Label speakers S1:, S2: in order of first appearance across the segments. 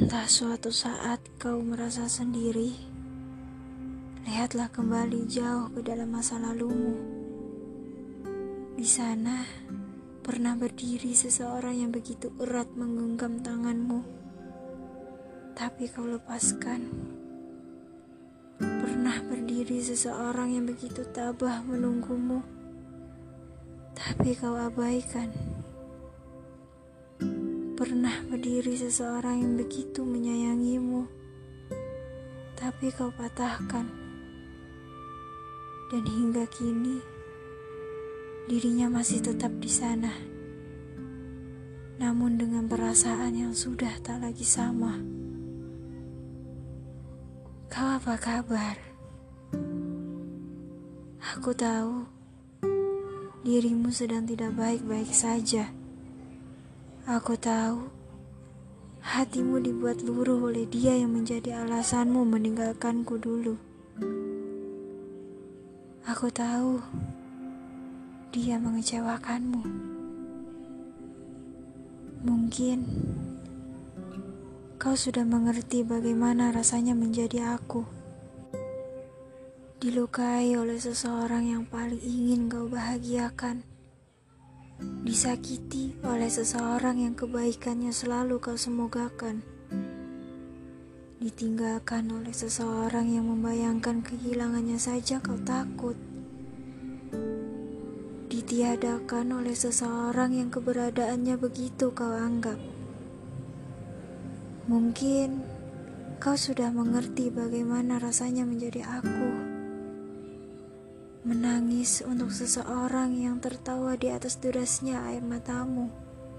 S1: Entah suatu saat kau merasa sendiri, lihatlah kembali jauh ke dalam masa lalumu. Di sana pernah berdiri seseorang yang begitu erat menggenggam tanganmu, tapi kau lepaskan. Pernah berdiri seseorang yang begitu tabah menunggumu, tapi kau abaikan. Pernah berdiri seseorang yang begitu menyayangimu, tapi kau patahkan. Dan hingga kini, dirinya masih tetap di sana, namun dengan perasaan yang sudah tak lagi sama. Kau apa kabar? Aku tahu dirimu sedang tidak baik-baik saja. Aku tahu hatimu dibuat luruh oleh dia yang menjadi alasanmu meninggalkanku dulu. Aku tahu dia mengecewakanmu. Mungkin kau sudah mengerti bagaimana rasanya menjadi aku, dilukai oleh seseorang yang paling ingin kau bahagiakan, disakiti oleh seseorang yang kebaikannya selalu kau semogakan, ditinggalkan oleh seseorang yang membayangkan kehilangannya saja kau takut, ditiadakan oleh seseorang yang keberadaannya begitu kau anggap. Mungkin kau sudah mengerti bagaimana rasanya menjadi aku, menangis untuk seseorang yang tertawa di atas derasnya air matamu,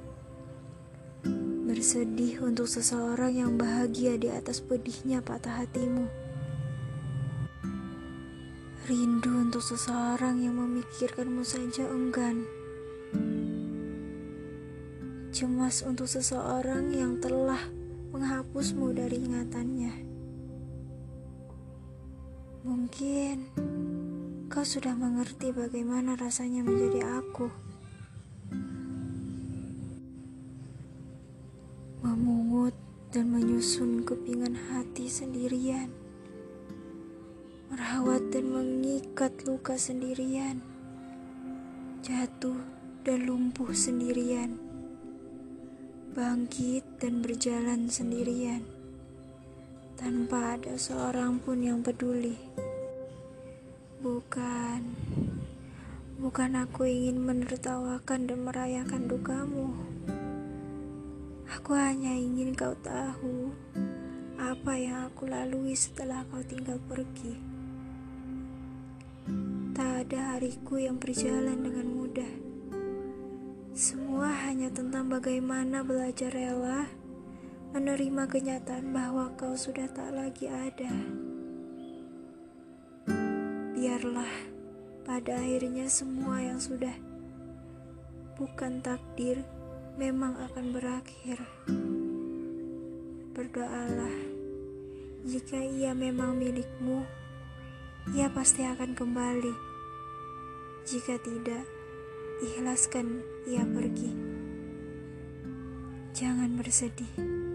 S1: bersedih untuk seseorang yang bahagia di atas pedihnya patah hatimu, rindu untuk seseorang yang memikirkanmu saja enggan, cemas untuk seseorang yang telah menghapusmu dari ingatannya. Mungkin kau sudah mengerti bagaimana rasanya menjadi aku, memungut dan menyusun kepingan hati sendirian, merawat dan mengikat luka sendirian, jatuh dan lumpuh sendirian, bangkit dan berjalan sendirian, tanpa ada seorang pun yang peduli. Bukan aku ingin menertawakan dan merayakan dukamu. Aku hanya ingin kau tahu apa yang aku lalui setelah kau tinggal pergi. Tak ada hariku yang berjalan dengan mudah. Semua hanya tentang bagaimana belajar rela menerima kenyataan bahwa kau sudah tak lagi ada. Biarlah pada akhirnya semua yang sudah bukan takdir memang akan berakhir. Berdoalah, jika ia memang milikmu, ia pasti akan kembali. Jika tidak, ikhlaskan ia pergi. Jangan bersedih.